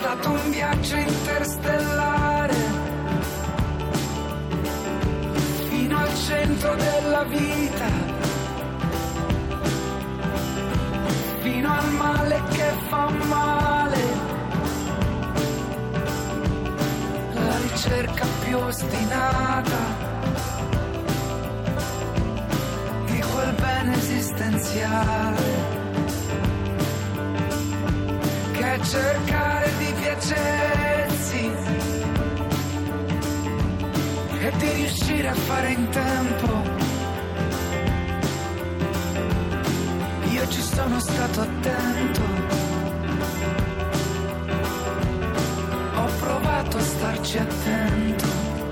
stato un viaggio interstellare fino al centro della vita, fino al male che fa male, la ricerca più ostinata di quel bene esistenziale che è cercare di piacersi e di riuscire a fare in tempo. Io ci sono stato attento, ho provato a starci attento.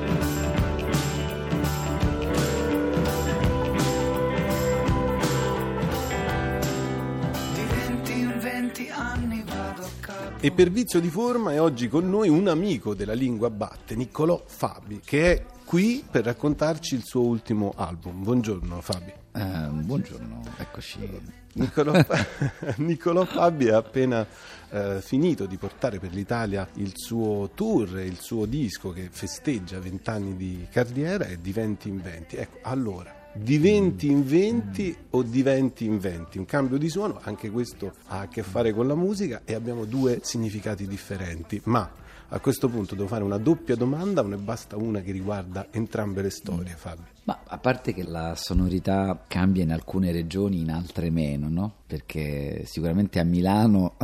Di 20 in 20 anni vado a capo. E per vizio di forma è oggi con noi un amico della lingua batte, Niccolò Fabi, che è qui per raccontarci il suo ultimo album. Buongiorno Fabi. Buongiorno, eccoci. Niccolò Fabi ha appena finito di portare per l'Italia il suo tour, il suo disco che festeggia 20 anni di carriera, e di 20 in 20. Ecco, allora, di 20 in 20 o di 20 in 20? Un cambio di suono, anche questo ha a che fare con la musica e abbiamo due significati differenti, ma a questo punto devo fare una doppia domanda, ne basta una che riguarda entrambe le storie, Fabio. Ma a parte che la sonorità cambia in alcune regioni, in altre meno, no? Perché sicuramente a Milano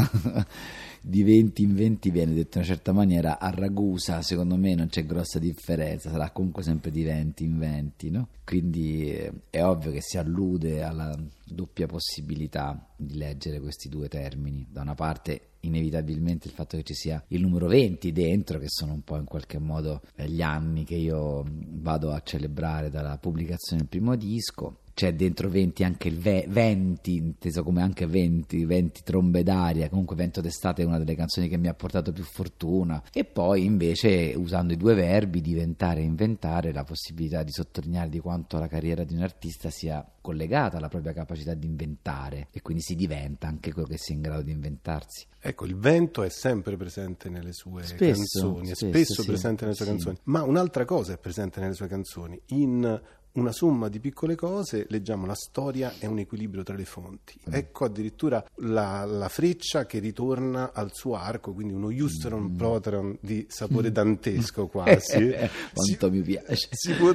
di 20 in 20 viene detto in una certa maniera, a Ragusa secondo me non c'è grossa differenza, sarà comunque sempre di 20 in 20, no? Quindi è ovvio che si allude alla doppia possibilità di leggere questi due termini. Da una parte inevitabilmente il fatto che ci sia il numero 20 dentro, che sono un po' in qualche modo gli anni che io vado a celebrare dalla pubblicazione del primo disco. C'è dentro 20 anche il 20, inteso come anche 20 trombe d'aria, comunque Vento d'estate è una delle canzoni che mi ha portato più fortuna. E poi invece, usando i due verbi, diventare e inventare, la possibilità di sottolineare di quanto la carriera di un artista sia collegata alla propria capacità di inventare, e quindi si diventa anche quello che si è in grado di inventarsi. Ecco, il vento è sempre presente nelle sue canzoni, è spesso sì, presente nelle sue sì. canzoni, ma un'altra cosa è presente nelle sue canzoni. In una somma di piccole cose leggiamo: la storia è un equilibrio tra le fonti. Ecco addirittura la freccia che ritorna al suo arco, quindi uno Iustron Proteron di sapore dantesco quasi. Quanto mi piace. Si può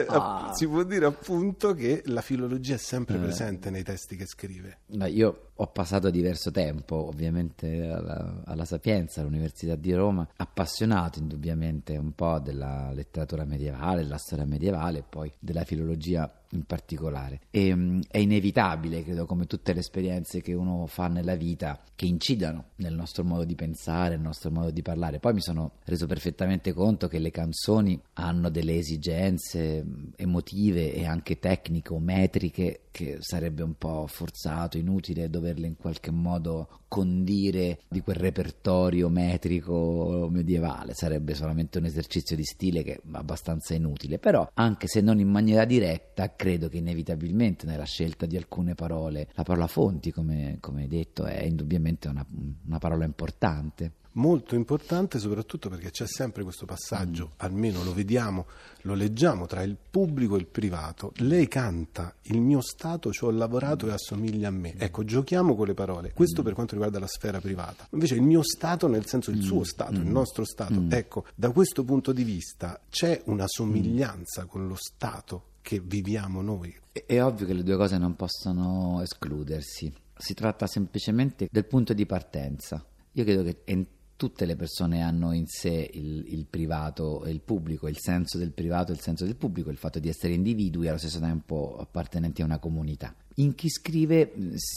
dire appunto che la filologia è sempre presente nei testi che scrive. Io ho passato diverso tempo ovviamente alla Sapienza, all'Università di Roma, appassionato indubbiamente un po' della letteratura medievale, della storia medievale e poi della filologia in particolare. E è inevitabile, credo, come tutte le esperienze che uno fa nella vita, che incidano nel nostro modo di pensare, nel nostro modo di parlare. Poi mi sono reso perfettamente conto che le canzoni hanno delle esigenze emotive e anche tecniche o metriche che sarebbe un po' forzato, inutile doverle in qualche modo condire di quel repertorio metrico medievale. Sarebbe solamente un esercizio di stile che è abbastanza inutile. Però, anche se non in maniera diretta, credo che inevitabilmente nella scelta di alcune parole, la parola fonti, come hai detto, è indubbiamente una parola importante. Molto importante, soprattutto perché c'è sempre questo passaggio, almeno lo vediamo, lo leggiamo, tra il pubblico e il privato. Lei canta: il mio stato ci ho lavorato e assomiglia a me. Ecco, giochiamo con le parole. Questo per quanto riguarda la sfera privata. Invece il mio stato, nel senso il suo stato, il nostro stato. Ecco, da questo punto di vista c'è una somiglianza con lo stato che viviamo noi. È ovvio che le due cose non possono escludersi. Si tratta semplicemente del punto di partenza. Io credo che tutte le persone hanno in sé il privato e il pubblico, il senso del privato e il senso del pubblico, il fatto di essere individui e allo stesso tempo appartenenti a una comunità. In chi scrive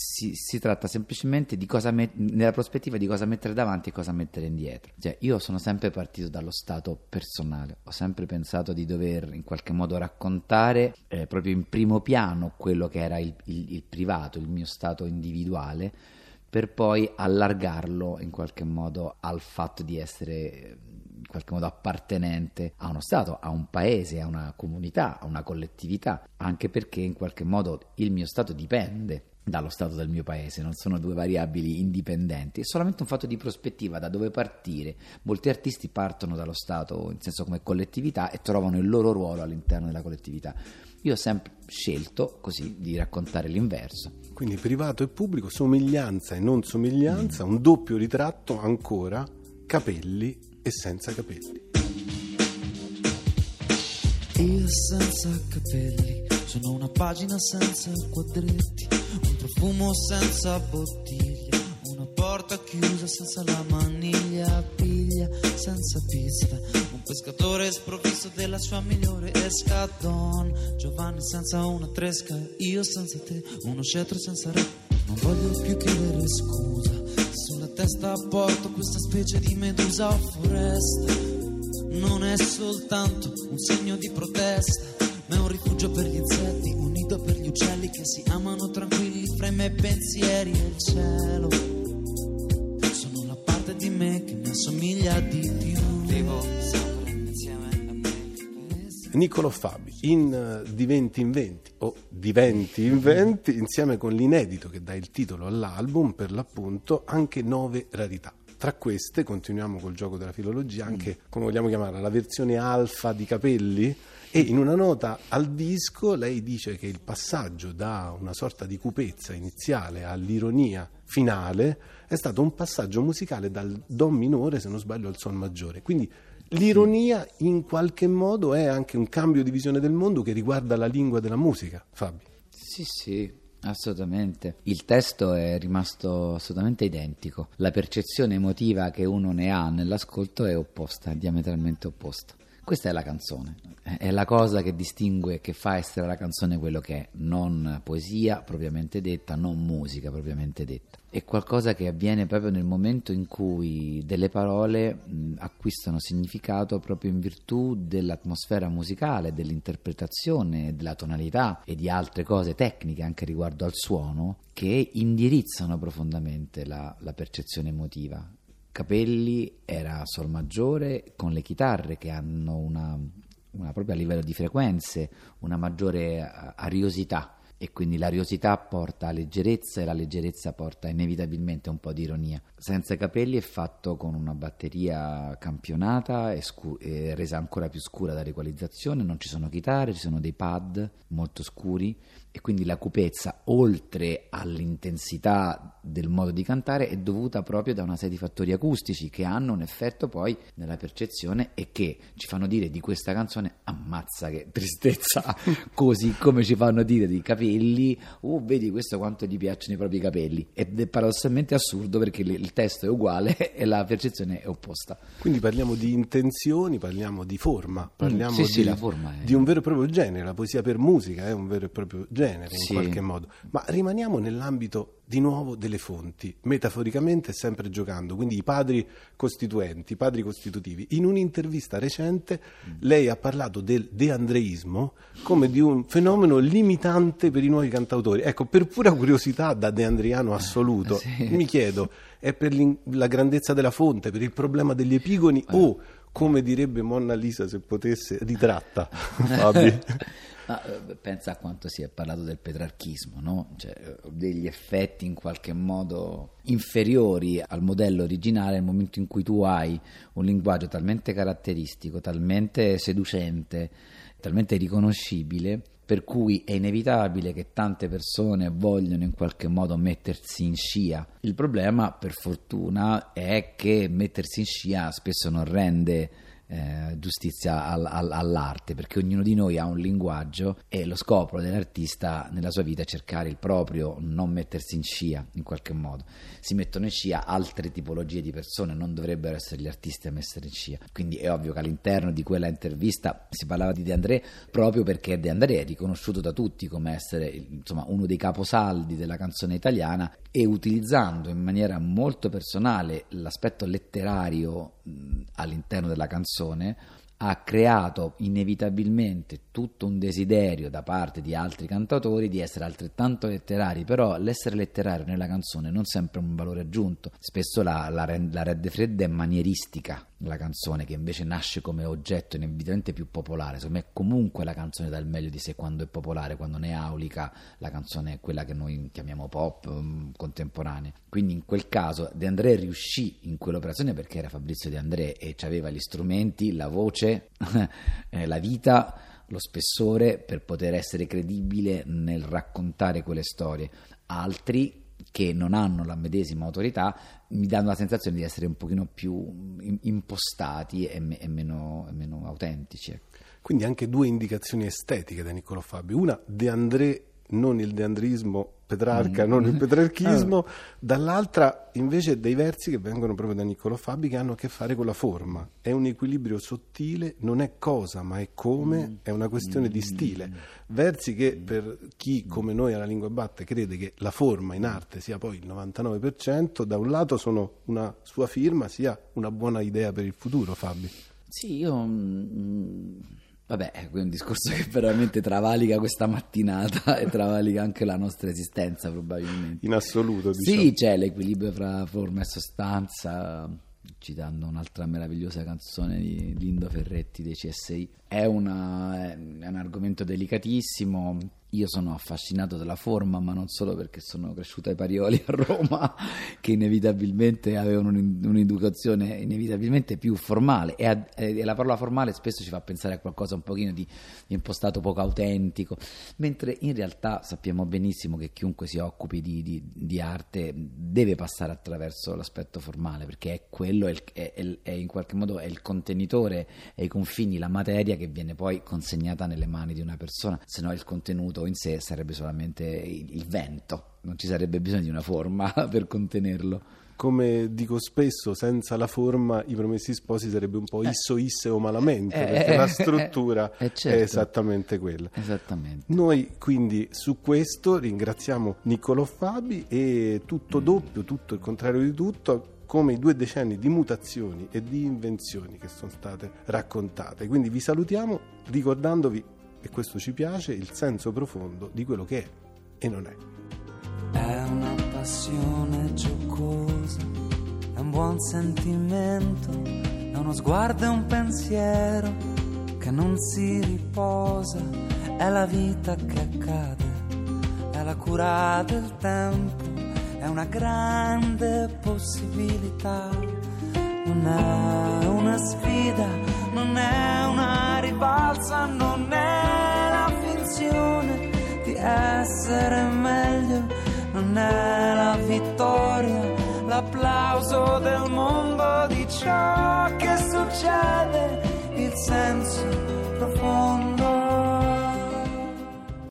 si tratta semplicemente di nella prospettiva di cosa mettere davanti e cosa mettere indietro. Cioè, io sono sempre partito dallo stato personale, ho sempre pensato di dover in qualche modo raccontare proprio in primo piano quello che era il privato, il mio stato individuale, per poi allargarlo in qualche modo al fatto di essere in qualche modo appartenente a uno stato, a un paese, a una comunità, a una collettività, anche perché in qualche modo il mio stato dipende dallo stato del mio paese, non sono due variabili indipendenti, è solamente un fatto di prospettiva, da dove partire. Molti artisti partono dallo stato in senso come collettività e trovano il loro ruolo all'interno della collettività. Io ho sempre scelto così di raccontare l'inverso. Quindi privato e pubblico, somiglianza e non somiglianza, un doppio ritratto ancora, capelli e senza capelli. Io senza capelli, sono una pagina senza quadretti, un profumo senza bottiglia, una porta chiusa senza la maniglia, piglia senza pista, un pescatore sprovvisto della sua migliore esca, Don Giovanni senza una tresca, io senza te, uno scettro senza re. Non voglio più chiedere scusa, sulla testa porto questa specie di medusa o foresta. Non è soltanto un segno di protesta, ma è un rifugio per gli insetti, un nido per gli uccelli che si amano tranquilli fra i miei pensieri e il cielo. Sono la parte di me che mi assomiglia di più. Vivo sempre insieme a me. Niccolò Fabi in Diventi in 20 o Diventi in 20, insieme con l'inedito che dà il titolo all'album, per l'appunto anche 9 rarità. Tra queste, continuiamo col gioco della filologia, anche, come vogliamo chiamarla, la versione alfa di Capelli, e in una nota al disco lei dice che il passaggio da una sorta di cupezza iniziale all'ironia finale è stato un passaggio musicale dal do minore, se non sbaglio, al sol maggiore. Quindi l'ironia in qualche modo è anche un cambio di visione del mondo che riguarda la lingua della musica, Fabi. Sì, assolutamente. Il testo è rimasto assolutamente identico. La percezione emotiva che uno ne ha nell'ascolto è opposta, diametralmente opposta. Questa è la canzone, è la cosa che distingue, che fa essere la canzone quello che è, non poesia propriamente detta, non musica propriamente detta. È qualcosa che avviene proprio nel momento in cui delle parole acquistano significato proprio in virtù dell'atmosfera musicale, dell'interpretazione, della tonalità e di altre cose tecniche anche riguardo al suono che indirizzano profondamente la percezione emotiva. Capelli era sol maggiore con le chitarre che hanno una proprio a livello di frequenze una maggiore ariosità, e quindi l'ariosità porta a leggerezza e la leggerezza porta inevitabilmente un po' di ironia. Senza Capelli è fatto con una batteria campionata e resa ancora più scura dall'equalizzazione, non ci sono chitarre, ci sono dei pad molto scuri, e quindi la cupezza, oltre all'intensità del modo di cantare, è dovuta proprio da una serie di fattori acustici che hanno un effetto poi nella percezione e che ci fanno dire di questa canzone ammazza che tristezza, così come ci fanno dire di Capelli, vedi questo quanto gli piacciono i propri capelli, ed è paradossalmente assurdo perché il testo è uguale e la percezione è opposta. Quindi parliamo di intenzioni, parliamo di forma, parliamo la forma è... di un vero e proprio genere. La poesia per musica è un vero e proprio genere in qualche modo, ma rimaniamo nell'ambito di nuovo delle fonti, metaforicamente sempre giocando, quindi i padri costituenti, i padri costitutivi. In un'intervista recente lei ha parlato del deandreismo come di un fenomeno limitante per i nuovi cantautori. Ecco, per pura curiosità da deandriano assoluto, mi chiedo, è per la grandezza della fonte, per il problema degli epigoni o, come direbbe Monna Lisa se potesse, ritratta, Fabi? Pensa a quanto si è parlato del petrarchismo, no? Cioè, degli effetti in qualche modo inferiori al modello originale nel momento in cui tu hai un linguaggio talmente caratteristico, talmente seducente, talmente riconoscibile, per cui è inevitabile che tante persone vogliono in qualche modo mettersi in scia. Il problema, per fortuna, è che mettersi in scia spesso non rende giustizia all'arte, perché ognuno di noi ha un linguaggio e lo scopo dell'artista nella sua vita è cercare il proprio, non mettersi in scia in qualche modo. Si mettono in scia altre tipologie di persone, non dovrebbero essere gli artisti a mettere in scia. Quindi è ovvio che all'interno di quella intervista si parlava di De André proprio perché De André è riconosciuto da tutti come essere, insomma, uno dei caposaldi della canzone italiana, e utilizzando in maniera molto personale l'aspetto letterario all'interno della canzone ha creato inevitabilmente tutto un desiderio da parte di altri cantautori di essere altrettanto letterari, però l'essere letterario nella canzone non sempre è un valore aggiunto, spesso la rende fredda e manieristica la canzone, che invece nasce come oggetto inevitabilmente più popolare. Secondo me comunque la canzone dà il meglio di sé quando è popolare, quando ne è aulica, la canzone è quella che noi chiamiamo pop contemporanea. Quindi in quel caso De André riuscì in quell'operazione perché era Fabrizio De André e aveva gli strumenti, la voce, la vita, lo spessore per poter essere credibile nel raccontare quelle storie. Altri che non hanno la medesima autorità mi danno la sensazione di essere un pochino più impostati e meno autentici. Quindi anche due indicazioni estetiche da Niccolò Fabi: una De André, non il deandrismo Petrarca, non il petrarchismo, dall'altra invece dei versi che vengono proprio da Niccolò Fabi, che hanno a che fare con la forma. È un equilibrio sottile, non è cosa ma è come, è una questione di stile. Versi che per chi come noi alla Lingua Batte crede che la forma in arte sia poi il 99%, da un lato sono una sua firma, sia una buona idea per il futuro, Fabi. Sì, vabbè, è un discorso che veramente travalica questa mattinata e travalica anche la nostra esistenza probabilmente. In assoluto, diciamo. Sì, c'è l'equilibrio fra forma e sostanza, citando un'altra meravigliosa canzone di Lindo Ferretti dei CSI. È un argomento delicatissimo. Io sono affascinato dalla forma, ma non solo perché sono cresciuto ai Parioli a Roma, che inevitabilmente avevano un'educazione inevitabilmente più formale, e la parola formale spesso ci fa pensare a qualcosa un pochino di impostato, poco autentico, mentre in realtà sappiamo benissimo che chiunque si occupi di arte deve passare attraverso l'aspetto formale, perché è quello, è in qualche modo è il contenitore, è i confini, la materia che viene poi consegnata nelle mani di una persona, se no il contenuto in sé sarebbe solamente il vento, non ci sarebbe bisogno di una forma per contenerlo. Come dico spesso, senza la forma I Promessi Sposi sarebbe un po' isso isse o malamente, perché la struttura certo, è esattamente quella. Esattamente. Noi quindi su questo ringraziamo Niccolò Fabi, e tutto doppio, tutto il contrario di tutto, come i 2 decenni di mutazioni e di invenzioni che sono state raccontate. Quindi vi salutiamo ricordandovi, e questo ci piace, il senso profondo di quello che è e non è. È una passione giocosa, è un buon sentimento, è uno sguardo e un pensiero che non si riposa, è la vita che accade, è la cura del tempo, è una grande possibilità, non è una sfida, non è una rivalsa, non è la finzione di essere meglio, non è la vittoria, l'applauso del mondo di ciò che succede, il senso